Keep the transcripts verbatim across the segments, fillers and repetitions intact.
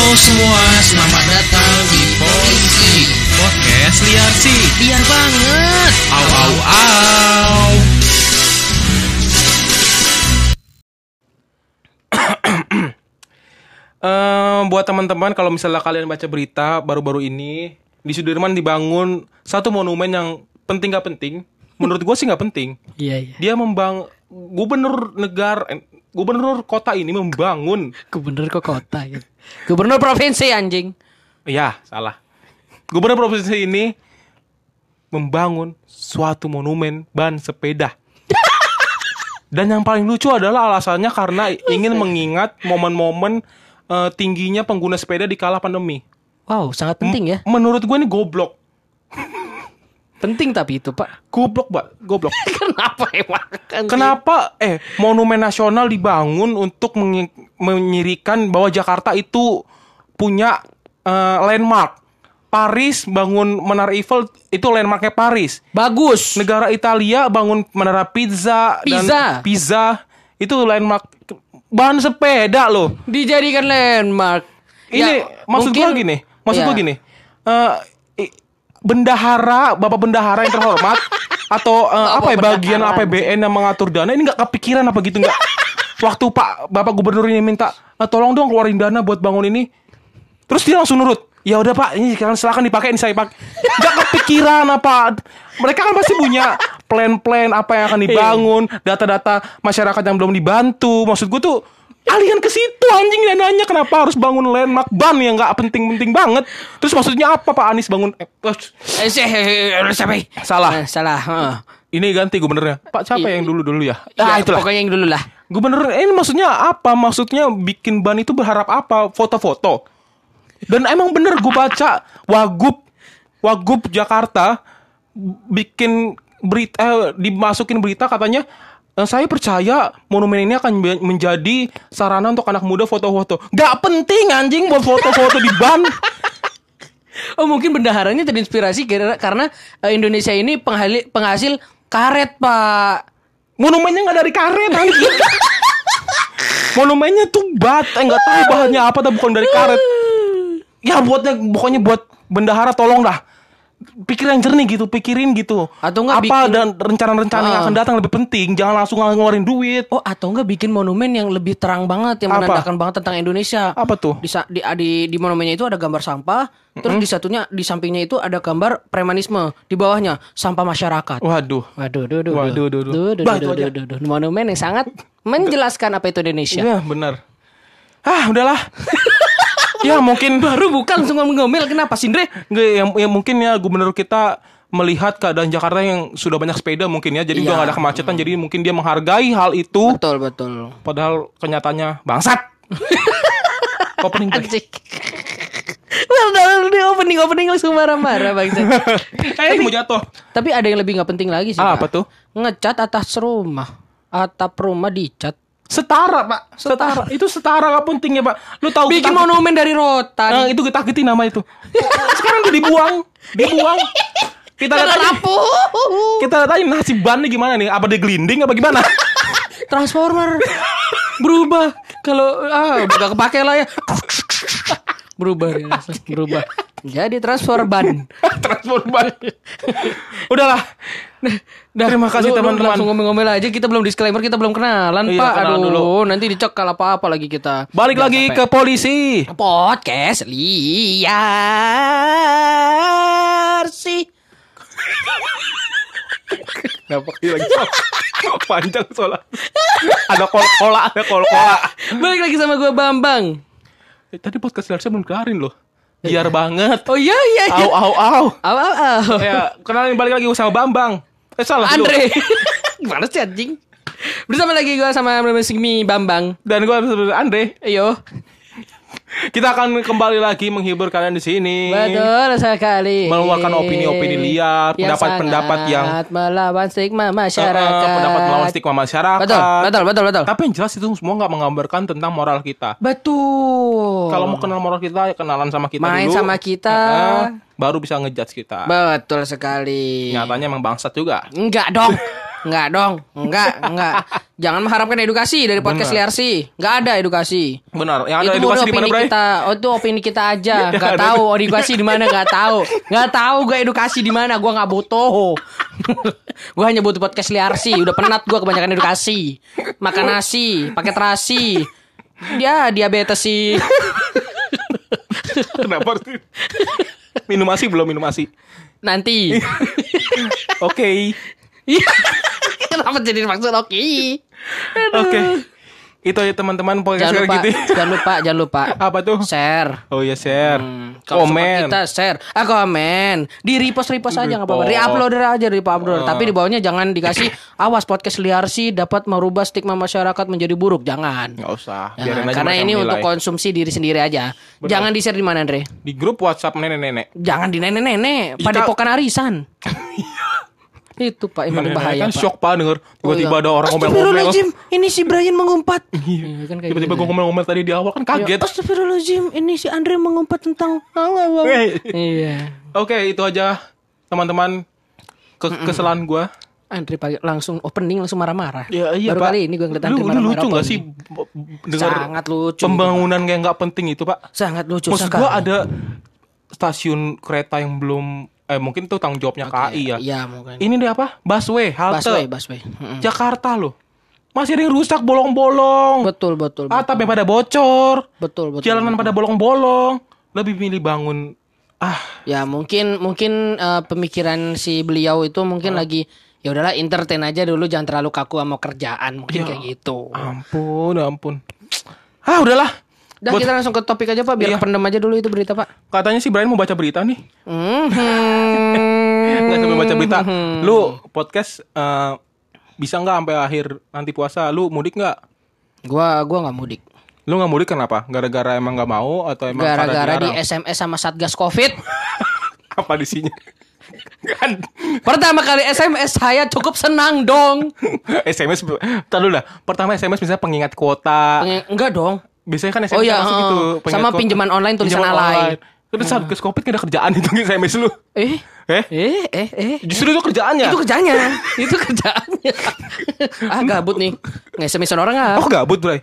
semua, selamat datang di Polisi Podcast liar sih. Liar banget. Au au au. uh, buat teman-teman, kalau misalnya kalian baca berita baru-baru ini di Sudirman dibangun satu monumen yang penting gak penting. Menurut gue sih gak penting. Iya iya. Dia membang gubernur negara eh, gubernur kota ini membangun Gubernur kok kota gitu. Gubernur provinsi anjing. Iya, salah. Gubernur provinsi ini membangun suatu monumen ban sepeda. Dan yang paling lucu adalah alasannya karena ingin mengingat momen-momen uh, tingginya pengguna sepeda di kala pandemi. Wow, sangat penting ya. M- menurut gue ini goblok. Penting tapi itu, Pak. Goblok, Pak. Goblok. Kenapa emang? Anjing? Kenapa eh monumen nasional dibangun untuk mengi- menyirikan bahwa Jakarta itu punya uh, landmark. Paris bangun Menara Eiffel itu landmarknya Paris. Bagus. Negara Italia bangun Menara Pizza Pizza. dan Pizza itu landmark ban sepeda loh. Dijadikan landmark. Ini Ya, maksud mungkin- gue gini, maksud ya. gue gini. Eh, i- bendahara, Bapak bendahara yang terhormat atau eh, Bapak apa ya bagian bendahara. A P B N yang mengatur dana ini nggak kepikiran apa gitu nggak? Waktu Pak Bapak Gubernur ini minta "Eh, tolong dong keluarin dana buat bangun ini, terus dia langsung nurut. Ya udah Pak, ini sekarang silakan dipakai, ini saya pakai. Nggak kepikiran apa? Mereka kan pasti punya plan-plan apa yang akan dibangun, data-data masyarakat yang belum dibantu. Maksud gue tuh alihan ke situ anjing dananya, kenapa harus bangun landmark ban yang nggak penting-penting banget? Terus maksudnya apa Pak Anies bangun? Eh, Eh, sih, siapa? salah. Eh, salah. heeh. Ini ganti gubernurnya. Pak siapa I- yang dulu dulu ya? Ya, Ah itulah. pokoknya yang dulu lah. Gubernur ini maksudnya apa? Maksudnya bikin ban itu berharap apa? Foto-foto. Dan emang bener gue baca Wagub Wagub Jakarta bikin berita eh, dimasukin berita katanya eh, saya percaya monumen ini akan be- menjadi sarana untuk anak muda foto-foto. Gak penting anjing buat foto-foto di ban. Oh, mungkin bendaharanya terinspirasi karena, karena eh, Indonesia ini penghali- penghasil karet, Pak. Monumennya nggak dari karet anjing. Monumennya tuh bat, eh, nggak tahu bahannya apa, tapi bukan dari karet. Ya buatnya pokoknya buat bendahara tolong dah. Pikir yang jernih gitu, pikirin gitu. Atau nggak apa bikin- dan rencana-rencana yang Ah. akan datang lebih penting, jangan langsung ngeluarin duit. Oh, atau enggak bikin monumen yang lebih terang banget, yang Apa? menandakan banget tentang Indonesia. Apa tuh? Di sa- di di, di monumennya itu ada gambar sampah, terus di satunya di sampingnya itu ada gambar premanisme, di bawahnya sampah masyarakat. Waduh. Waduh, duh, duh, Waduh, duh, duh. duh, duh, Bah, duh, itu duh, aja. duh, duh. Monumen yang sangat menjelaskan apa itu Indonesia. Iya, benar. Ah, udahlah. Ya mungkin Baru bukan langsung ngomel, kenapa Sindre? nggak ya, ya mungkin ya gubernur kita melihat keadaan Jakarta yang sudah banyak sepeda mungkin ya, jadi Iya. udah gak ada kemacetan, jadi mungkin dia menghargai hal itu. Betul, betul. Padahal kenyataannya bangsat. Opening guys. Anjing. Well, di opening opening langsung marah-marah bang. Eh mau jatuh. Tapi ada yang lebih nggak penting lagi sih. Ah, Pak. apa tuh? Ngecat atas rumah, atap rumah dicat. Setara pak, setara. Itu setara gak penting ya pak. Lu tahu Bikin getah- monumen dari rotan. Nah, itu getah getih nama itu. Sekarang udah dibuang, dibuang. Kita lihat Karena aja, rapuh. kita lihat aja nasib bannya gimana nih? Apa dia gelinding apa gimana? Transformer berubah. Kalau ah udah kepake lah ya. Berubah ya, berubah. Jadi transfer ban. Transformer. Udahlah. Dah, Terima kasih, lu- lu teman-teman. Langsung ngomel-ngomel aja, kita belum disclaimer, kita belum kenalan, Iya, Pak. kenalan Aduh, dulu. nanti dicekal apa-apa lagi kita. Balik Udah lagi sampai. ke polisi. Podcast liar sih. Kenapa lagi panjang soalnya. Ada kol-kola, ada kol-kola. Balik lagi sama gue Bambang. Eh, tadi podcast saya belum kelarin loh. Biar banget. Oh iya iya iya. Au au au. Au au au. Ya, kenalin balik lagi sama Bambang. Eh salah lu. Andre. Gimana sih anjing? Bersama lagi gue sama Mimi Bambang. Dan gue Andre. Ayo. Kita akan kembali lagi menghibur kalian di sini. Betul sekali. Mengeluarkan opini-opini liar, Yang pendapat-pendapat yang sangat melawan stigma Eh, masyarakat. eh, pendapat melawan stigma masyarakat. Betul, betul, betul, betul. Tapi yang jelas itu semua nggak menggambarkan tentang moral kita. Betul. Kalau mau kenal moral kita, ya kenalan sama kita Main dulu. sama kita. Eh, eh, baru bisa ngejudge kita. Betul sekali. Nyatanya emang bangsat juga. Enggak dong. Enggak dong, enggak, enggak. Jangan mengharapkan edukasi dari podcast Benar. Liarsi. Enggak ada edukasi. Benar. Yang ada Itu edukasi murni di mana, opini Bray? kita. Oh, itu opini kita aja. Ya, Enggak ada. tahu edukasi di mana, enggak tahu. Enggak tahu gue edukasi di mana, gue enggak butuh. Gue hanya butuh podcast Liarsi. Udah penat gue kebanyakan edukasi. Makan nasi, pakai terasi. Ya, diabetes sih. Kenapa sih? Minum asi belum minum asi. Nanti. Oke. Iya. Kenapa jadi maksud oke? Oke. Itu ya teman-teman podcast Jangan lupa, gitu. jangan lupa, jangan lupa. Apa tuh? Share. Oh ya share. Hmm, kalau suka Komen. kita share, ah komen, di repost repost aja nggak apa-apa, Repost. di-upload aja, di-upload. Oh. Tapi di bawahnya jangan dikasih awas podcast Liarsi dapat merubah stigma masyarakat menjadi buruk, jangan. Nggak usah. Jangan. Biarin aja Karena mereka ini menilai. untuk konsumsi diri sendiri aja. Jangan di-share di mana, Andre? Di grup WhatsApp nenek-nenek. Jangan di nenek-nenek, Kita- padepokan arisan. Itu Pak yang paling bahaya. Kan Pak. shock Pak denger tiba-tiba Oh, iya. ada orang ngomel-ngomel. Astagfirullahaladzim, ini si Brian mengumpat. Iya, kan kayak Tiba-tiba gitu. gue ngomel-ngomel tadi di awal kan kaget. Astagfirullahaladzim, ini si Andre mengumpat tentang Hei. Iya. Oke, itu aja teman-teman ke- kesalahan gue. Andre pagi langsung opening langsung marah-marah. Ya iya Baru Pak. kali ini gue ngeliat Lu, Andre lu marah-marah. lucu gak opening. sih b- b- dengar Sangat lucu. pembangunan kayak nggak penting itu Pak? Sangat lucu Maksud sekali. gue ada stasiun kereta yang belum eh mungkin itu tanggung jawabnya K A I ya. Iya mungkin. Ini deh apa? Busway, halte Busway, busway. Mm-mm. Jakarta loh. Masih ada yang rusak bolong-bolong. Betul, betul, betul. Atapnya pada bocor. Betul, betul. Jalanan pada bolong-bolong. Lebih milih bangun ah Ya mungkin mungkin eh, pemikiran si beliau itu mungkin lagi ya udahlah entertain aja dulu, jangan terlalu kaku sama kerjaan, mungkin Ya. kayak gitu. ampun, ampun. Ah udahlah. Dah Buat- kita langsung ke topik aja Pak, biar Iya. pendem aja dulu itu berita Pak. Katanya si Brian mau baca berita nih. Mhm. Nggak sampai baca berita. Lu podcast eh, bisa nggak sampai akhir nanti puasa? Lu mudik nggak? Gua gua nggak mudik. Lu nggak mudik kenapa? Gara-gara emang nggak mau atau emang karena Gara-gara di dilarang? S M S sama Satgas Covid. Apa di sini? Kan Pertama kali S M S saya cukup senang dong. S M S Tahu lah. Pertama S M S misalnya pengingat kuota. Pengen- Enggak dong. Biasanya kan S M S Oh iya, masuk heeh. gitu. pengingat Sama kuota. pinjaman online tulisan Pinjaman alay. online. Terus saat ke Covid gak ada kerjaan itu S M S lu. Eh, Eh? eh, eh, eh. Justru itu kerjaannya. Itu kerjanya. Itu kerjaannya. Ah, gabut nih. Nge-S M S orang ah. Oh gabut, Bray.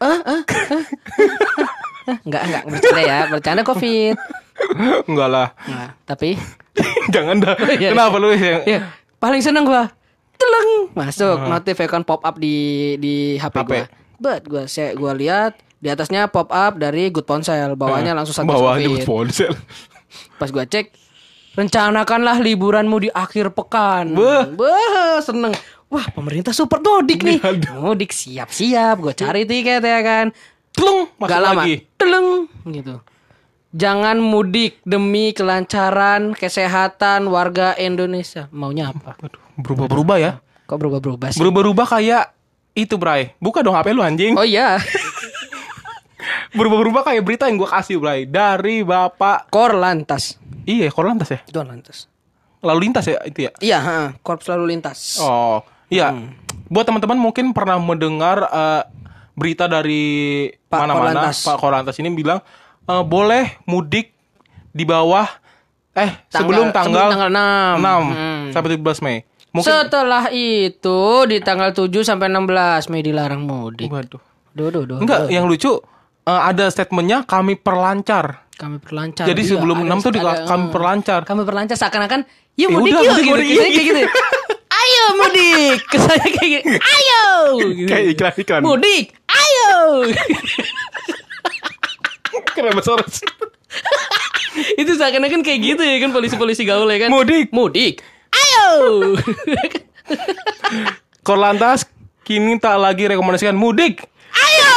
Enggak, enggak bercanda ya. Bercanda Covid. Enggak lah. Nah, tapi Jangan dah. Iya. Kenapa lu ya? ya, paling seneng gua. Teleng, masuk notif icon pop up di di H P, H P. gua. Bet gua saya gua lihat di atasnya pop up dari Good Ponsel, bawahnya langsung Satgas Bawahnya Covid. buat ponsel. Pas gua cek, rencanakanlah liburanmu di akhir pekan. Beuh. Beuh, seneng. Wah, pemerintah super mudik nih. Aduh. Mudik siap-siap, gua cari tiket ya kan. Telung, masuk Gak lama, lagi. teleng gitu. Jangan mudik demi kelancaran kesehatan warga Indonesia. Maunya apa? Aduh, berubah-berubah ya. Kok berubah-berubah sih? Berubah-berubah kayak itu, Bray. Buka dong H P lu anjing. Oh iya, Berubah-berubah kayak berita yang gua kasih, Bray. Dari Bapak. Korlantas. Iya, Korlantas ya. Itu lantas. Lalu lintas ya itu ya. Iya, ha, Korps Lalu Lintas. Oh, iya. Buat teman-teman mungkin pernah mendengar eh, berita dari Pak mana-mana. Korlantas. Pak Korlantas ini bilang eh, boleh mudik di bawah eh Tanggal- sebelum tanggal, sebelum tanggal enam. enam Hmm. sampai tujuh belas Mei. Mungkin Setelah itu di tanggal tujuh sampai enam belas Mei dilarang mudik. waduh. Duh, duh, duh, Enggak, duh. yang lucu eh, ada statementnya kami perlancar. Kami perlancar. Jadi Iya, sebelum ada- enam tuh di- ada- kami perlancar. Kami perlancar seakan-akan yuk Ya mudik udah, yuk mudik, gitu. mudik, Kesannya iya. kayak gitu. Ayo mudik. Kesannya kayak gitu. Ayo. Gitu. Kayak iklan-iklan. Mudik. Ayo. Kenapa sore? Itu seakan-akan kayak gitu ya kan, polisi-polisi gaul ya kan. Mudik. Mudik. Ayo. Korlantas kini tak lagi rekomendasikan mudik. Ayo.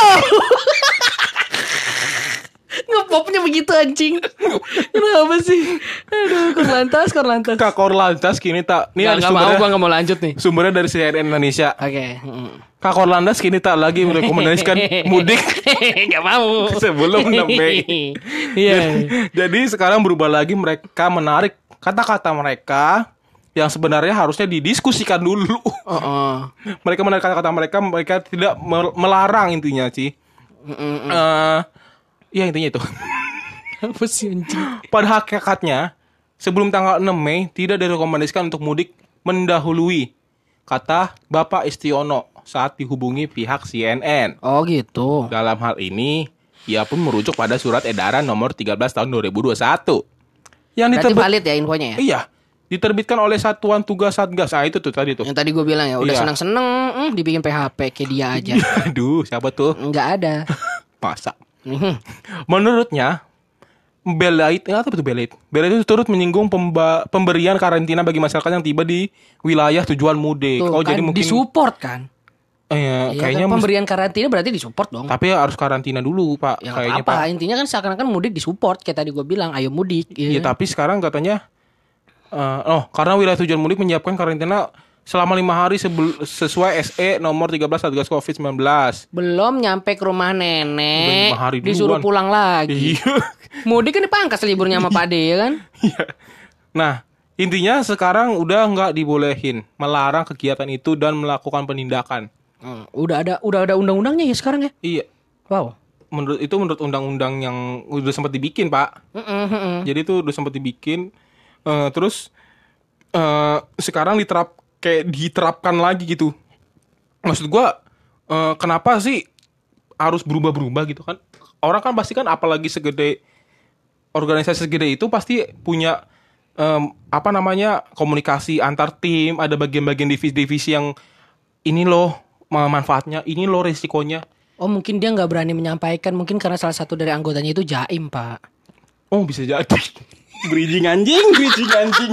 Ngepopnya begitu anjing. Kenapa sih? Aduh, korlantas, korlantas. Kak Korlantas kini tak ini Nggak, ada nggak mau, sumbernya, gua nggak mau lanjut nih. sumbernya dari C N N Indonesia. Oke. Mm. Kak Korlantas kini tak lagi merekomendasikan mudik Gak mau. sebelum enam Mei. Iya. Jadi sekarang berubah lagi, mereka menarik kata-kata mereka yang sebenarnya harusnya didiskusikan dulu. Oh, oh. Mereka menarik kata-kata mereka, mereka tidak mel- melarang intinya sih. Mm-mm. Eh, ya intinya itu. Apa sih anjing? Pada hakikatnya sebelum tanggal enam Mei tidak direkomendasikan untuk mudik mendahului kata Bapak Istiono saat dihubungi pihak C N N. Oh gitu. Dalam hal ini, ia pun merujuk pada surat edaran nomor tiga belas tahun dua ribu dua puluh satu. Yang Berarti diterbit- valid ya infonya ya? Iya, diterbitkan oleh Satuan Tugas Satgas. Ah itu tuh tadi tuh. Yang tadi gue bilang ya, udah Iya. seneng-seneng hmm, dibikin P H P kayak dia aja. Aduh, siapa tuh? Nggak ada. Masa? Mhm. Menurutnya, Belait, eh, apa itu Belait? Belait itu turut menyinggung pemba- pemberian karantina bagi masyarakat yang tiba di wilayah tujuan mudik. Tuh, oh, kan jadi mungkin disupport kan? eh, Iya kayaknya kan? mus- Pemberian karantina berarti disupport dong. tapi harus karantina dulu, Pak. Ya nggak kayaknya, apa-apa, Pak. intinya kan seakan-akan mudik disupport kayak tadi gue bilang, ayo mudik. Iya, Iya. tapi sekarang katanya eh, oh, karena wilayah tujuan mudik menyiapkan karantina selama lima hari sebel- sesuai S E nomor tiga belas Satgas covid sembilan belas. Belum nyampe ke rumah Udah nenek, lima hari disuruh duluan. pulang lagi. Iya. Mudik kan dipangkas liburnya sama Pak De ya kan? Iya. Nah, intinya sekarang udah nggak dibolehin melarang kegiatan itu dan melakukan penindakan. Hmm, udah ada udah ada undang-undangnya ya sekarang ya? Iya. Wow. Menurut itu menurut undang-undang yang udah sempat dibikin, Pak. Mm-mm, mm-mm. Jadi itu udah sempat dibikin. Eh, terus eh, sekarang diterap kayak diterapkan lagi gitu. Maksud gua eh, kenapa sih harus berubah-berubah gitu kan? Orang kan pasti kan apalagi segede organisasi segede itu pasti punya em, apa namanya komunikasi antar tim, ada bagian-bagian divisi-divisi yang ini loh ma- manfaatnya, ini loh resikonya. Oh mungkin dia nggak berani menyampaikan, mungkin karena salah satu dari anggotanya itu jaim Pak. Oh bisa jadi. Bridging anjing, bridging anjing.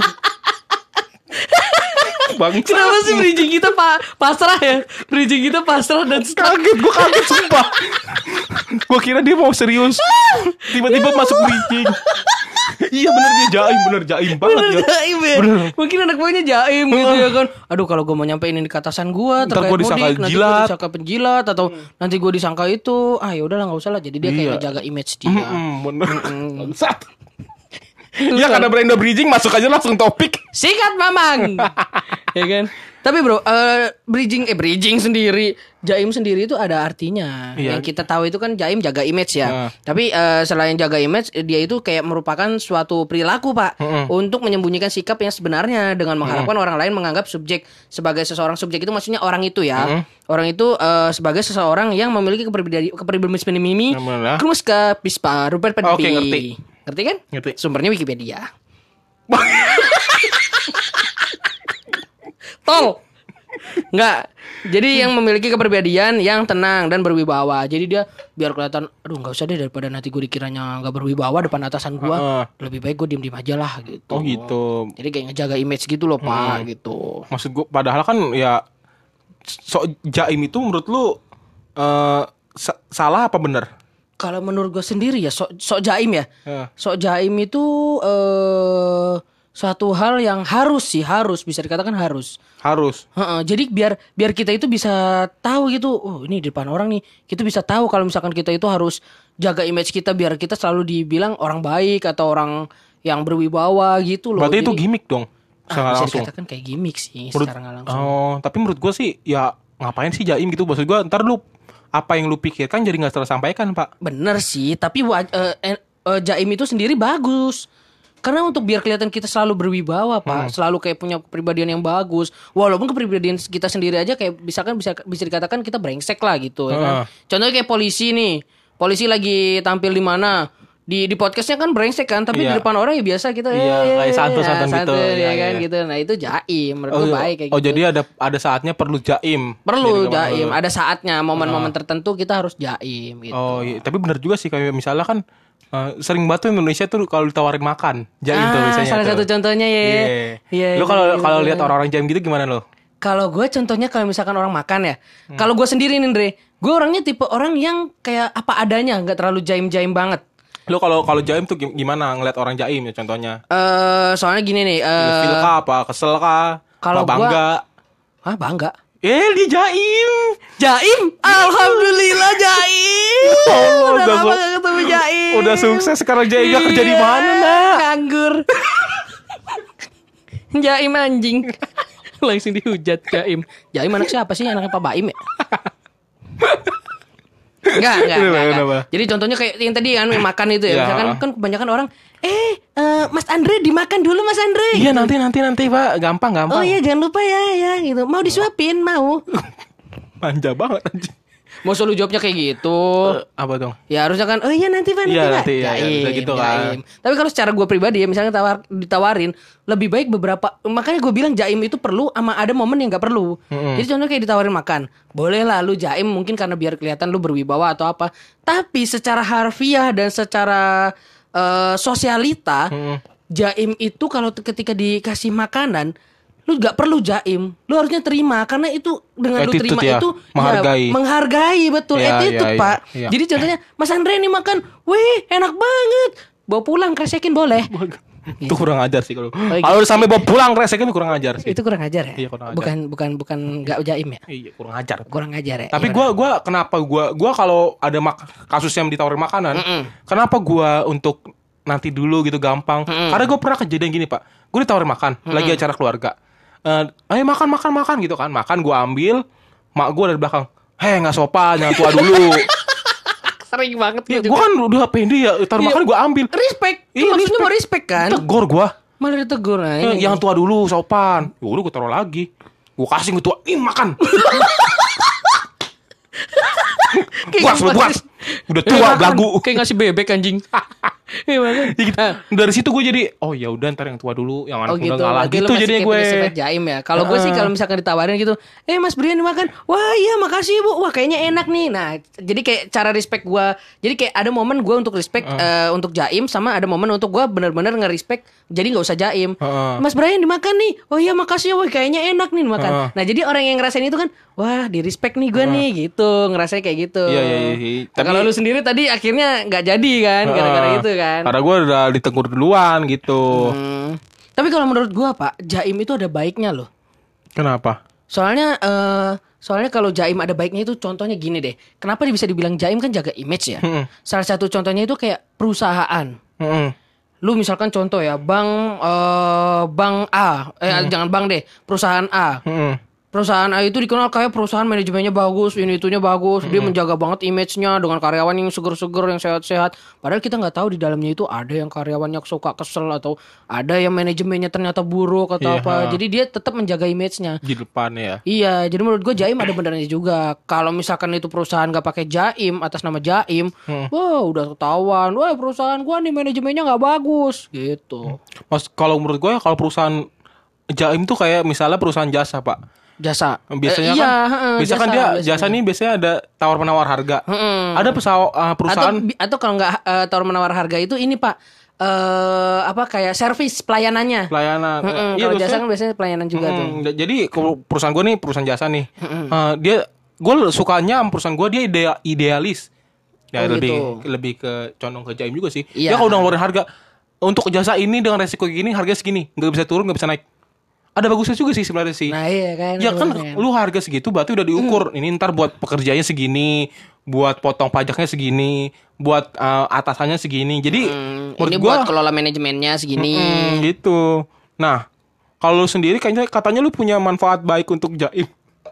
Bang, Kenapa sih bridging kita Pak pasrah ya? Bridging kita pasrah dan stuck. kaget, gue kaget sumpah. Gue kira dia mau serius. Tiba-tiba masuk bridging. Iya bener dia jaim, bener jaim banget Bener ya. jaim ya. Bener. Mungkin anak buahnya jaim gitu ya kan. Aduh kalau gue mau nyampein ini ke atasan gue Ntar terkait gua disangka mudik, nanti gue jilat. disangka penjilat atau nanti gue disangka itu. Ah ya udahlah nggak usah lah. Jadi dia kayak Iya. ngejaga image dia. Mm-mm, bener. Bangsat. Ya karena Brenda bridging masuk aja langsung topik. Sikat Mamang. Ya kan? Tapi bro, eh, bridging eh bridging sendiri, jaim sendiri itu ada artinya. Iya. Yang kita tahu itu kan jaim jaga image ya. Nah. Tapi eh, selain jaga image, dia itu kayak merupakan suatu perilaku Pak Mm-mm. untuk menyembunyikan sikap yang sebenarnya dengan mengharapkan orang lain menganggap subjek sebagai seseorang subjek itu maksudnya orang itu ya. Mm-mm. Orang itu eh, sebagai seseorang yang memiliki kepribadian kepribadian mimi Yang mana? Krumus ke pispa Rupert Pedbi. Oke, ngerti. Ngerti kan? Ngerti. Sumbernya Wikipedia. Tol. Enggak. Jadi yang memiliki kepribadian yang tenang dan berwibawa. Jadi dia biar kelihatan, aduh nggak usah deh daripada nanti gue dikiranya nggak berwibawa depan atasan gue. Heeh. Lebih baik gue diem diem aja lah gitu. Oh gitu. Jadi kayak ngejaga image gitu loh Pak gitu. Maksud gue padahal kan ya sok jaim itu menurut lu eh, sa- salah apa bener? Kalau menurut gue sendiri ya sok sok jaim ya. Eh. Sok jaim itu eh suatu hal yang harus sih harus bisa dikatakan harus. Harus. Heeh, jadi biar biar kita itu bisa tahu gitu, oh ini di depan orang nih, kita bisa tahu kalau misalkan kita itu harus jaga image kita biar kita selalu dibilang orang baik atau orang yang berwibawa gitu loh. Berarti itu Jadi, gimmick dong. ah, Secara bisa langsung. dikatakan kayak gimmick sih Menurut- secara nggak langsung. Oh, tapi menurut gue sih ya ngapain sih jaim gitu? Maksud gue ntar lu apa yang lu pikirkan jadi nggak tersampaikan, Pak. Bener sih, tapi wa- eh, eh, eh, jaim itu sendiri bagus. Karena untuk biar kelihatan kita selalu berwibawa, Pak, selalu kayak punya kepribadian yang bagus. Walaupun kepribadian kita sendiri aja kayak misalkan bisa bisa dikatakan kita brengsek lah gitu ya kan. Heeh. Contohnya kayak polisi nih. Polisi lagi tampil di mana? Di di podcastnya kan brengsek kan, tapi Iya. di depan orang ya biasa kita Iya, ya, kayak ya, santun-santun ya, gitu. santun, Iya, ya kan iya. gitu. Nah, itu jaim menurut Oh, gue baik kayak oh gitu. jadi ada ada saatnya perlu jaim. Perlu Jadi, jaim, kalau- ada saatnya momen-momen tertentu kita harus jaim gitu. Oh iya, tapi bener juga sih kayak misalnya kan eh, sering banget tuh Indonesia tuh kalau ditawarin makan, jaim tuh Ah, biasanya. salah tuh. satu contohnya ya. Iya. Iya, Lu iya, kalau iya, kalau iya. lihat orang-orang jaim gitu gimana lo? Kalau gue contohnya kalau misalkan orang makan ya. Hmm. Kalau gue sendiri nih Andre, gue orangnya tipe orang yang kayak apa adanya, nggak terlalu jaim-jaim banget. Lu kalau kalau jaim tuh gim- gimana ngeliat orang jaim ya contohnya? Eh soalnya gini nih. eh Ilfil kah apa kesel kah? kalau apa bangga? Hah bangga? Eh dia jaim. Jaim, alhamdulillah jaim. Allah, udah udah lama su- gak ketemu jaim. Udah sukses sekarang jaimnya kerja di Iya, mana, Nak? Nganggur. Jaim anjing. Langsung dihujat Jaim. Jaim anak siapa sih? Anaknya Pak Baim ya? Enggak, enggak, Kenapa, enggak, kenapa? enggak. Jadi contohnya kayak yang tadi kan makan itu ya. Iya. Misalkan kan kebanyakan orang, eh eh, Mas Andre dimakan dulu Mas Andre. Iya nanti nanti nanti Pak, gampang gampang. Oh iya jangan lupa ya ya gitu. Mau disuapin mau. Manja banget anjing. Mau selalu jawabnya kayak gitu. Apa dong? Ya harusnya kan, oh iya nanti Pak, nanti Iya, Pak. nanti, ya, ya, bisa gitu kan. Tapi kalau secara gue pribadi ya, misalnya tawar, ditawarin, lebih baik beberapa, makanya gue bilang jaim itu perlu, sama ada momen yang gak perlu. Mm-mm. Jadi contohnya kayak ditawarin makan, boleh lah lu jaim mungkin karena biar kelihatan lu berwibawa atau apa. Tapi secara harfiah dan secara eh, sosialita, Mm-mm. jaim itu kalau t- ketika dikasih makanan, lu gak perlu jaim, lu harusnya terima karena itu dengan lu Attitude terima ya, itu menghargai. ya, menghargai betul Ya, attitude ya, Pak. ya. Jadi contohnya Mas Andre nih makan, wih enak banget, bawa pulang kresekin boleh. Itu kurang ajar sih kalau. Oh, Kalau udah sampai bawa pulang resekin kurang ajar sih. Itu kurang ajar ya? Iya, kurang ajar. Bukan bukan bukan nggak jaim ya? Iya, kurang ajar. Kurang ajar ya. Tapi Ya gua gua kenapa gua gua kalau ada mak- kasus yang ditawarin makanan, Mm-mm. kenapa gua untuk nanti dulu gitu gampang? Karena gua pernah kejadian gini, Pak. Gua ditawarin makan, lagi acara keluarga. Eh, ayo makan makan makan gitu kan. Makan gua ambil, mak gua dari belakang. Heh, nggak sopan, jangan tua dulu. sering banget Ya, gua gua kan udah pede ya, taruh Iya. makan gua ambil. respect. Itu Iya, maksudnya respect. mau respect kan? Tegur gua. Malah ditegur nah, Eh, ini. yang tua dulu sopan. Ya udah gua taruh lagi. Gua kasih gua tua, "Ih, makan." Buas, lu buas. Udah Eh, tua makan. belagu. Kayak ngasih bebek anjing. Iya, makanya. Ya gitu. Dari situ gue jadi oh ya udah ntar yang tua dulu, yang Oh anak gitu, muda ngalah berarti lu gitu masih jadinya kayak gue. punya sifat jaim ya. Kalau gue sih kalau misalkan ditawarin gitu, eh Mas Brian makan, wah iya makasih Bu, wah kayaknya enak nih. Nah jadi kayak cara respect gue, jadi kayak ada momen gue untuk respect eh, untuk jaim, sama ada momen untuk gue benar-benar nge-respect, jadi nggak usah jaim. Heeh. Mas Brian dimakan nih, oh iya makasih ya, wah kayaknya enak nih makan. Heeh. Nah jadi orang yang ngerasain itu kan, wah di respect nih gue nih gitu, ngerasain kayak gitu. Iya, iya, iya. Nah, kalau lu sendiri tadi akhirnya nggak jadi kan, gara-gara Heeh. itu kan. Karena gue udah ditegur duluan gitu. Hmm. Tapi kalau menurut gua Pak, jaim itu ada baiknya loh. Kenapa? Soalnya eh soalnya kalau jaim ada baiknya itu contohnya gini deh. Kenapa dia bisa dibilang jaim kan jaga image ya? Mm-mm. Salah satu contohnya itu kayak perusahaan. Mm-mm. Lu misalkan contoh ya, bank eh bank A, eh jangan bank deh, perusahaan A. Mm-mm. Perusahaan A itu dikenal kayak perusahaan manajemennya bagus, ini itunya bagus, dia menjaga banget image-nya dengan karyawan yang seger-seger, yang sehat-sehat. Padahal kita nggak tahu di dalamnya itu ada yang karyawannya suka kesel atau ada yang manajemennya ternyata buruk atau Iya. apa. Jadi dia tetap menjaga image-nya. Di depan ya. Iya, jadi menurut gue jaim ada benernya juga. Kalau misalkan itu perusahaan nggak pakai jaim atas nama jaim, wah udah ketahuan. Wah perusahaan gua nih manajemennya nggak bagus, gitu. Mas kalau menurut gue kalau perusahaan jaim tuh kayak misalnya perusahaan jasa, Pak. Jasa. Biasanya Eh, kan iya, heeh, biasanya kan jasa dia biasanya. jasa nih biasanya ada tawar menawar harga. Mm-mm. Ada pesawat uh, perusahaan Atau, bi- atau kalau nggak eh, tawar menawar harga itu ini Pak, eh apa kayak servis pelayanannya. pelayanan. Mm-mm, Eh, kalau maksudnya- jasa kan biasanya pelayanan juga tuh. Hmm, j- jadi kalau perusahaan gue nih perusahaan jasa nih, Eh, dia gue sukanya sama perusahaan gue dia idea- idealis, ya Oh, lebih gitu. lebih ke condong ke jaim juga sih. Iya. Dia kalau udah ngeluarin harga untuk jasa ini dengan resiko gini harga segini, nggak bisa turun nggak bisa naik. Ada bagusnya juga sih sebenarnya sih. Nah iya kan. Ya kan sebenarnya. lu harga segitu berarti udah diukur. Ini ntar buat pekerjanya segini, buat potong pajaknya segini, buat uh, atasannya segini. Jadi Hmm, menurut ini gua buat kelola manajemennya segini. mm, gitu. Nah, kalau lu sendiri kayaknya katanya lu punya manfaat baik untuk jaim.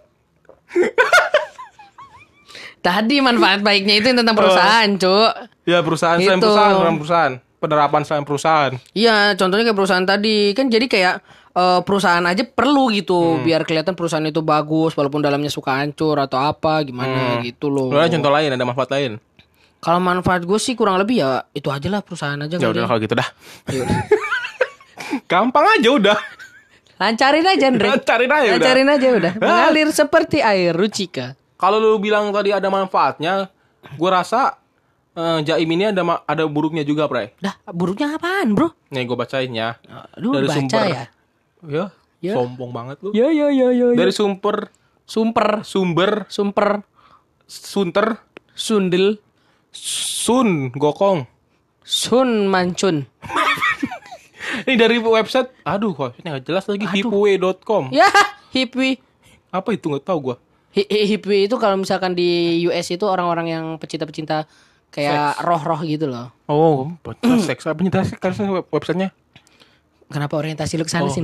Tadi manfaat baiknya itu tentang perusahaan, Cuk. Ya perusahaan selain Gitu. perusahaan, selain perusahaan, penerapan selain perusahaan. Iya, contohnya kayak perusahaan tadi kan jadi kayak eh, perusahaan aja perlu gitu biar kelihatan perusahaan itu bagus walaupun dalamnya suka hancur atau apa gimana gitu loh. Lu ada contoh lain, ada manfaat lain. Kalau manfaat gue sih kurang lebih ya itu aja lah perusahaan aja. Ya kali. udah kalau gitu dah. Iya. Gampang aja udah. Lancarin aja, Andre. Lancarin aja udah. Lancarin aja udah. Mengalir seperti air Rucika. Kalau lu bilang tadi ada manfaatnya, gua rasa eh, jaim ini ada ma- ada buruknya juga, Bray. Dah, buruknya apaan, Bro? Nih gue bacain ya. Lu Dari baca sumber. ya? Ya, Ya. sombong banget lu. Ya ya ya ya. Dari sumber Sumper, sumber sumper, sunter sundel, sun gokong. sun mancun. Ini dari website, aduh websitenya nggak jelas lagi, hipway dot com. Ya, hipwi. Apa itu nggak tahu gua. Hi- hi- Hipwi itu kalau misalkan di U S itu orang-orang yang pecinta-pecinta kayak roh-roh gitu loh. Oh, pecinta seks, apa pecinta seks karena web- websitenya? Kenapa orientasi lu ke sana Oh, sih, Andre?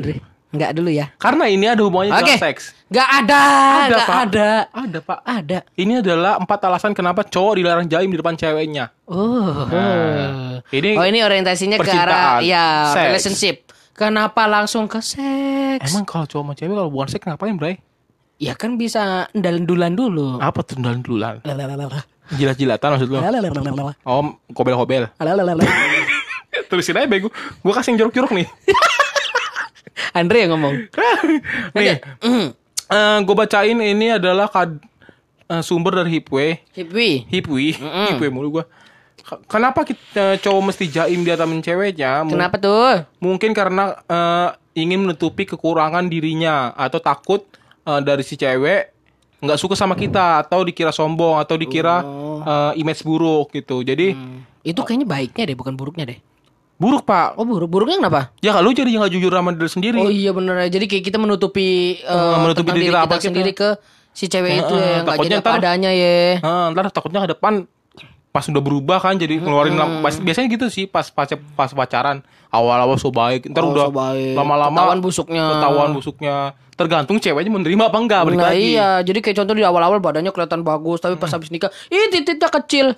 Enggak dulu ya. Karena ini ada hubungannya Oke. dengan seks. Enggak ada, Ada, enggak Pak. ada. Ada pak. Ada. Ini adalah empat alasan kenapa cowok dilarang jaim di depan ceweknya. Oh. Nah, ini oh, ini orientasinya ke arah percintaan, ya seks. relationship. Kenapa langsung ke seks? Emang kalau cowok sama cewek kalau bukan seks ngapain, Bray? Ya kan bisa ndalan-dulan dulu. Apa tuh duluan? Lalalala. Jilat-jilatan maksud lo? Lalalala. Oh, kobel-kobel. Lalalala. Terusin aja bego. Gua kasih yang jorok-jorok nih. Andre yang ngomong. Nih, Mm. eh gue bacain ini adalah kad, eh, sumber dari Hipway. Hipwi. Hipwi, Hipway mulu gue. Kenapa kita cowok mesti jaim di atas ceweknya? M- Kenapa tuh? Mungkin karena eh, ingin menutupi kekurangan dirinya atau takut eh, dari si cewek nggak suka sama kita atau dikira sombong atau dikira eh, image buruk gitu. Jadi Itu kayaknya baiknya deh, bukan buruknya deh. buruk pak. Oh buruk, buruknya kenapa? Ya kalau jadi nggak jujur sama diri sendiri. Oh iya bener. Jadi kayak kita menutupi, uh, menutupi tentang diri diri kita kita, apa kita. sendiri ke si cewek itu Heeh, ya, yang nggak takutnya jadi apa ntar- adanya ya. Nah, ntar takutnya ke depan pas udah berubah kan jadi ngeluarin lam- pas- biasanya gitu sih pas pas pas pacaran awal-awal so baik ntar Oh, udah so baik. lama-lama Ketahuan busuknya. ketahuan busuknya tergantung ceweknya menerima apa enggak balik Nah lagi. iya, jadi kayak contoh di awal-awal badannya kelihatan bagus, tapi pas habis nikah, ih titiknya kecil.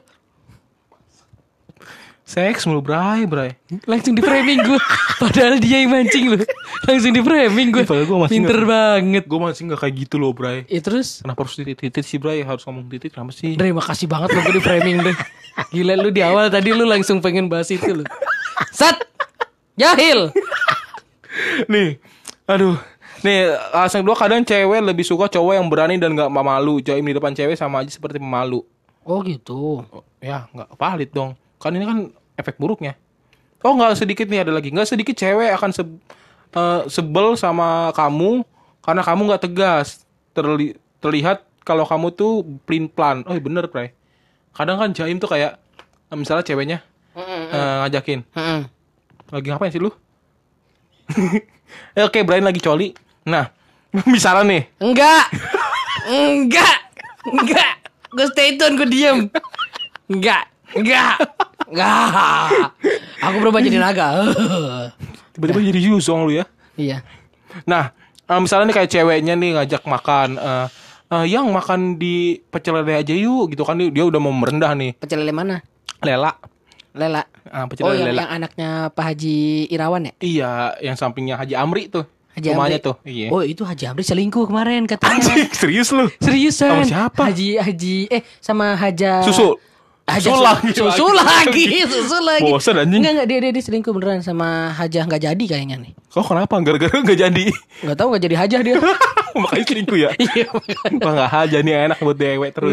Seks mulu bray bray. Langsung di framing gue. Padahal dia yang mancing loh. Langsung di framing gue. Ih, padahal gua masih Pinter nggak- banget. Gue masih nggak kayak gitu loh bray. Ya terus, Kenapa harus titit-titit sih bray? Harus ngomong titit kenapa sih? Dre makasih banget lo gue di framing Dre. Gila lu di awal tadi lu langsung pengen bahas itu lo. Sat. Jahil. Nih, aduh. Nih, alasan kedua kadang cewek lebih suka cowok yang berani dan nggak malu. Jaim di depan cewek sama aja seperti pemalu. Oh gitu. Oh, ya nggak valid dong. Kan ini kan efek buruknya. Oh nggak sedikit nih ada lagi. Nggak sedikit cewek akan se eh, sebel sama kamu karena kamu nggak tegas. Terli terlihat kalau kamu tuh plin plan. Oh iya bener Pray. Kadang kan jaim tuh kayak eh, misalnya ceweknya eh, ngajakin. Heeh. Lagi ngapain sih lu? Eh, Oke Brian lagi coli. Nah misalnya nih. Enggak. Enggak. Enggak. Gue stay tune, gue diem. Enggak. Enggak. Enggak. Aku berubah jadi naga. Tiba-tiba jadi Yuzong lu ya. Iya. Nah, eh, misalnya nih kayak ceweknya nih ngajak makan, eh eh, yang makan di pecel lele aja yuk, gitu kan dia, dia udah mau merendah nih. Pecel lele mana? Lela, Lela. ah, pecel Oh lele yang, Lela. yang anaknya Pak Haji Irawan ya? Iya, yang sampingnya Haji Amri tuh, Haji rumahnya Amri. tuh. Iya. Oh itu Haji Amri selingkuh kemarin katanya. Anjing, serius lu? Seriusan? Sama siapa? Haji Haji eh sama Haja Susu. Haja Susu Su- lagi, Susu lagi. lagi. Susu lagi. Bosan, anjing. Enggak enggak dia, dia dia selingkuh beneran sama Haja nggak jadi kayaknya nih. Kok kenapa? Gara-gara nggak jadi. Enggak tahu nggak jadi Haja dia. Makanya selingkuh ya. Iya. Wah nggak aja nih enak buat dewek terus.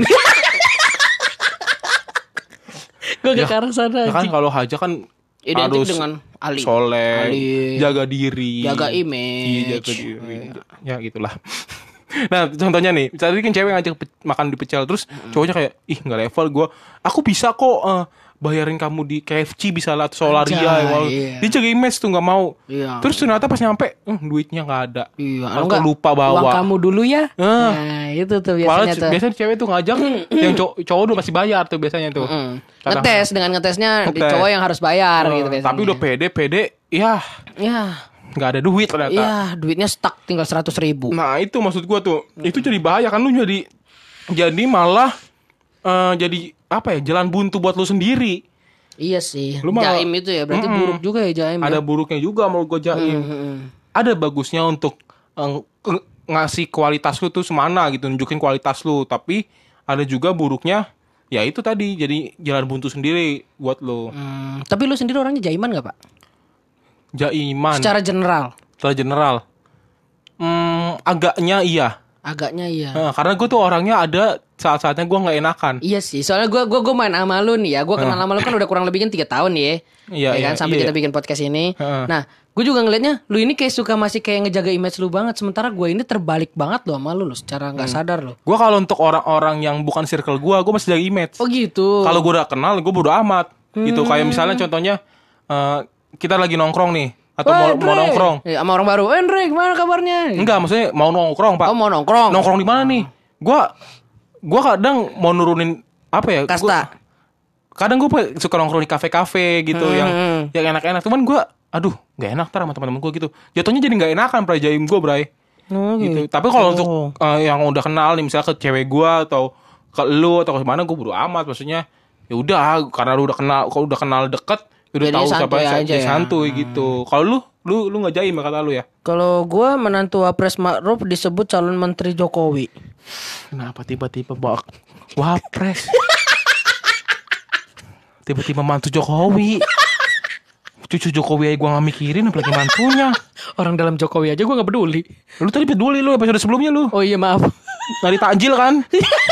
Gue ke Ya, arah sana. Ya kan anjing. kalau Haja kan Identik harus dengan alim. soleh, Alim. jaga diri, Jaga image. Iya, jaga diri. Ya gitulah. Nah contohnya nih, tadi kan cewek ngajak pe- makan di pecel terus cowoknya kayak ih nggak level gue, aku bisa kok eh, bayarin kamu di K F C bisa lah atau Solaria, Anjay, walau iya. dia jaga image tuh nggak mau. Iya. Terus ternyata pas nyampe, eh, duitnya nggak ada. Iya, Atau enggak, lupa bawa. Uang kamu dulu ya. Eh. Nah, itu tuh Malah biasanya c- tuh. biasanya cewek tuh ngajak, yang cowok cowok udah pasti bayar tuh biasanya tuh. Mm. Kadang- Ngetes dengan ngetesnya di Ngetes. cowok yang harus bayar Eh, gitu biasanya. tapi udah pede pede, ya Ya, nggak ada duit ternyata. iya duitnya stuck tinggal seratus ribu. Nah itu maksud gua tuh, itu jadi bahaya kan lu jadi jadi malah eh, jadi apa ya jalan buntu buat lu sendiri. Iya sih. Lu malah- Jaim itu ya berarti Mm-mm. buruk juga ya jaim. Ada ya? buruknya juga menurut gua jaim. Mm-mm. Ada bagusnya untuk eh, ng- ngasih kualitas lu tuh semana gitu, nunjukin kualitas lu. Tapi ada juga buruknya, ya itu tadi jadi jalan buntu sendiri buat lu. Hmm, tapi lu sendiri orangnya jaiman gak pak? Jaiman. Secara general. Secara general, hmm, agaknya iya. Agaknya iya. Nah, karena gue tuh orangnya ada saat-saatnya gue nggak enakan. Iya sih, soalnya gue gua, gua main sama lu nih ya. Gue kenal sama lu kan udah kurang lebih kan tiga tahun nih ya. Iya, Ya kan iya, sampai iya. kita bikin podcast ini. Heeh. Nah, gue juga ngelihatnya lu ini kayak suka masih kayak ngejaga image lu banget. Sementara gue ini terbalik banget loh sama lu loh, secara nggak sadar loh. Gue kalau untuk orang-orang yang bukan circle gue, gue masih jaga image. Oh gitu. Kalau gue udah kenal, gue bodo amat. Gitu kayak misalnya contohnya eh, kita lagi nongkrong nih, atau mau, Weh, mau Dre. nongkrong. Eh, sama orang baru. Eh, Andre, gimana kabarnya? Enggak, maksudnya mau nongkrong pak. Oh, mau nongkrong. Nongkrong di mana nih? Gue gue kadang mau nurunin apa ya? Gua- Kasta. kadang gue suka nongkrong di kafe-kafe gitu Hmm. yang yang enak-enak. Cuman gue aduh nggak enak tar sama teman-teman gue gitu. Jatuhnya jadi nggak enakan pra jaim gue bray. Oh, Gitu. Tapi kalau untuk uh, yang udah kenal nih misalnya ke cewek gue atau ke lu atau ke mana gue bodo amat maksudnya. Ya udah karena lu udah kenal, kalau udah kenal deket, udah Jadi tahu siapa santuy yang aja ya. santuy gitu. Kalau lu lu lu nggak jaim ya kata lu ya. Kalau gue menantu Wapres Ma'ruf disebut calon menteri Jokowi. Kenapa tiba-tiba bawa Wapres? Tiba-tiba mantu Jokowi. Cucu Jokowi aja gue gak mikirin apalagi mantunya. Orang dalam Jokowi aja gue gak peduli. Lu tadi peduli lu episode sebelumnya lu. Oh iya maaf. Nari takjil kan.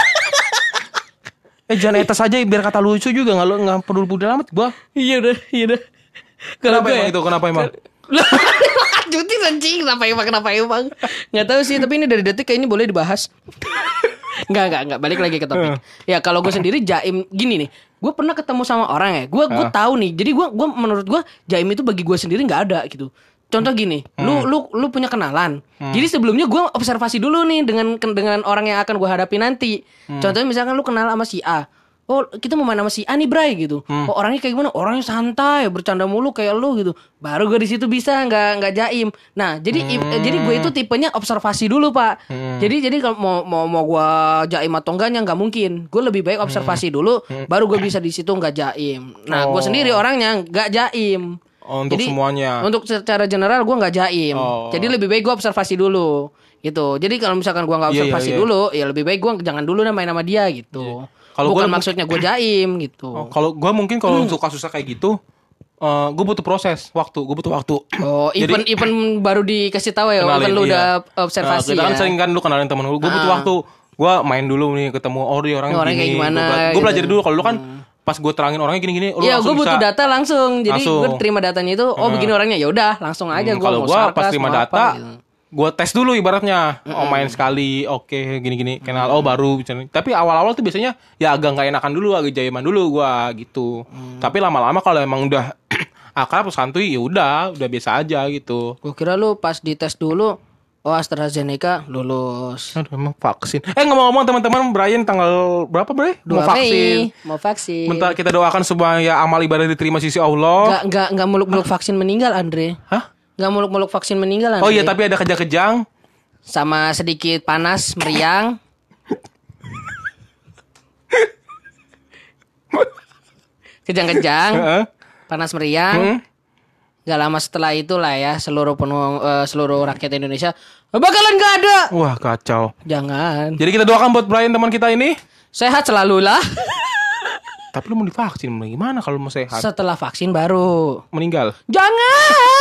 Eh jangan etes aja biar kata lucu juga. Gak, lu, gak peduli-peduli amat gue. Iya udah, iya udah. Kenapa emang itu? Kenapa emang? Lanjutin anjing. Kenapa emang, kenapa emang. Gak tahu sih, tapi ini dari detik kayaknya boleh dibahas. Enggak, enggak, enggak. Balik lagi ke topik. Ya kalau gue sendiri jaim gini nih. Gue pernah ketemu sama orang ya. Gue gue tahu nih. Jadi gue gue menurut gue jaim itu bagi gue sendiri nggak ada gitu. Contoh gini, hmm. lu lu lu punya kenalan. Hmm. Jadi sebelumnya gue observasi dulu nih dengan dengan orang yang akan gue hadapi nanti. Hmm. Contohnya misalkan lu kenal sama si A. Oh kita mau main sama si A nih Bray gitu. Hmm. Oh orangnya kayak gimana? Orangnya santai, bercanda mulu kayak lu gitu. Baru gue di situ bisa nggak nggak jaim. Nah jadi hmm. eh, jadi gue itu tipenya observasi dulu pak. Hmm. Jadi jadi kalau mau mau mau gue jaim atau enggaknya nggak mungkin. Gue lebih baik observasi hmm. dulu, hmm. baru gue bisa di situ nggak jaim. Nah oh. gue sendiri orangnya nggak jaim. Oh, untuk jadi, semuanya. Untuk secara general gue nggak jaim. Oh. Jadi lebih baik gue observasi dulu gitu. Jadi kalau misalkan gue nggak observasi yeah, yeah, yeah. dulu, ya lebih baik gue jangan dulu main sama dia gitu. Yeah. Kalau bukan gua, maksudnya gue jaim gitu. Oh, kalau gue mungkin kalau hmm. untuk kasusnya kayak gitu, uh, gue butuh proses waktu, gue butuh waktu. Oh, event Jadi, event baru dikasih tahu ya, event lu iya. udah observasi. Nah, kita ya. kan sering kan lu kenalin temen lu, gue butuh ah. waktu. Gue main dulu nih ketemu oh dia orangnya orang gini. Gue gitu. pelajari dulu. Kalau lu kan hmm. pas gue terangin orangnya gini-gini, lu iya, langsung gue butuh bisa, data langsung. Jadi gue terima datanya itu, oh hmm. begini orangnya, ya udah langsung aja hmm, gue. Kalau gue pas terima data. Apa, gitu. Gue tes dulu ibaratnya, mm-hmm. oh main sekali, oke okay, gini-gini, kenal, mm-hmm. oh baru, tapi awal-awal tuh biasanya ya agak nggak enakan dulu, agak jaiman dulu gue gitu. Mm. Tapi lama-lama kalau emang udah akrab santuy, ya udah, udah biasa aja gitu. Gue kira lu pas dites dulu, oh AstraZeneca lulus. Aduh, emang vaksin. Eh ngomong-ngomong teman-teman, Brian tanggal berapa Bray? Mau vaksin. Mau vaksin. Bentar kita doakan semua ya amal ibadah diterima sisi Allah. Gak gak gak muluk-muluk vaksin meninggal Andre. Hah? Gak muluk-muluk vaksin meninggal. Oh iya tapi ada kejang-kejang. Sama sedikit panas, meriang. Kejang-kejang. Panas meriang. Hmm? Gak lama setelah itulah ya seluruh penuh, uh, seluruh rakyat Indonesia bakalan gak ada. Wah kacau. Jangan. Jadi kita doakan buat Brian teman kita ini sehat selalu lah. Tapi lu mau divaksin gimana kalau mau sehat? Setelah vaksin baru meninggal. Jangan.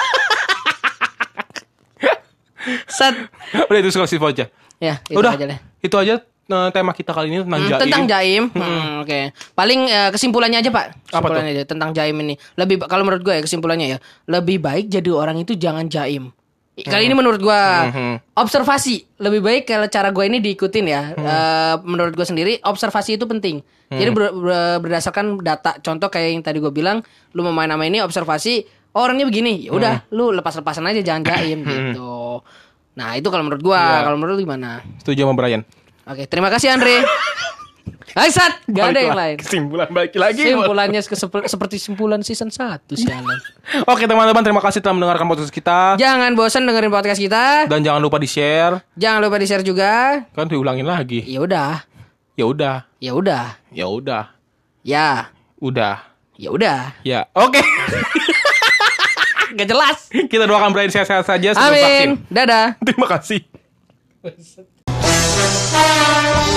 Set. Udah itu sekali aja. Ya, itu udah, aja deh. Itu aja uh, tema kita kali ini tentang hmm, jaim. Tentang jaim. Hmm. Hmm, Oke. Okay. Paling uh, kesimpulannya aja, Pak. Kesimpulannya aja tentang jaim ini. Lebih kalau menurut gue ya kesimpulannya ya, lebih baik jadi orang itu jangan jaim. Kali hmm. ini menurut gue hmm. observasi. Lebih baik kalau cara gue ini diikutin ya. Hmm. Uh, menurut gue sendiri observasi itu penting. Hmm. Jadi ber, ber, berdasarkan data. Contoh kayak yang tadi gue bilang, lu mau main sama ini observasi, oh, orangnya begini. Ya udah, hmm. lu lepas-lepasan aja jangan jaim gitu. Nah, itu kalau menurut gue. Ya. Kalau menurut lu gimana? Setuju sama Brian. Oke, terima kasih Andre. Aisat, gak ada yang lain. Kesimpulan balik lagi. Kesimpulannya kesep- seperti simpulan season satu sialan. Oke teman-teman, terima kasih telah mendengarkan podcast kita. Jangan bosan dengerin podcast kita. Dan jangan lupa di-share. Jangan lupa di-share juga. Kan diulangin lagi. Ya udah. Ya udah. Ya udah. Ya udah. Ya. Udah. Ya udah. Ya. Oke. Okay. Gak jelas. Kita doakan Brian sehat-sehat saja sebelum vaksin. Amin. Dadah. Terima kasih.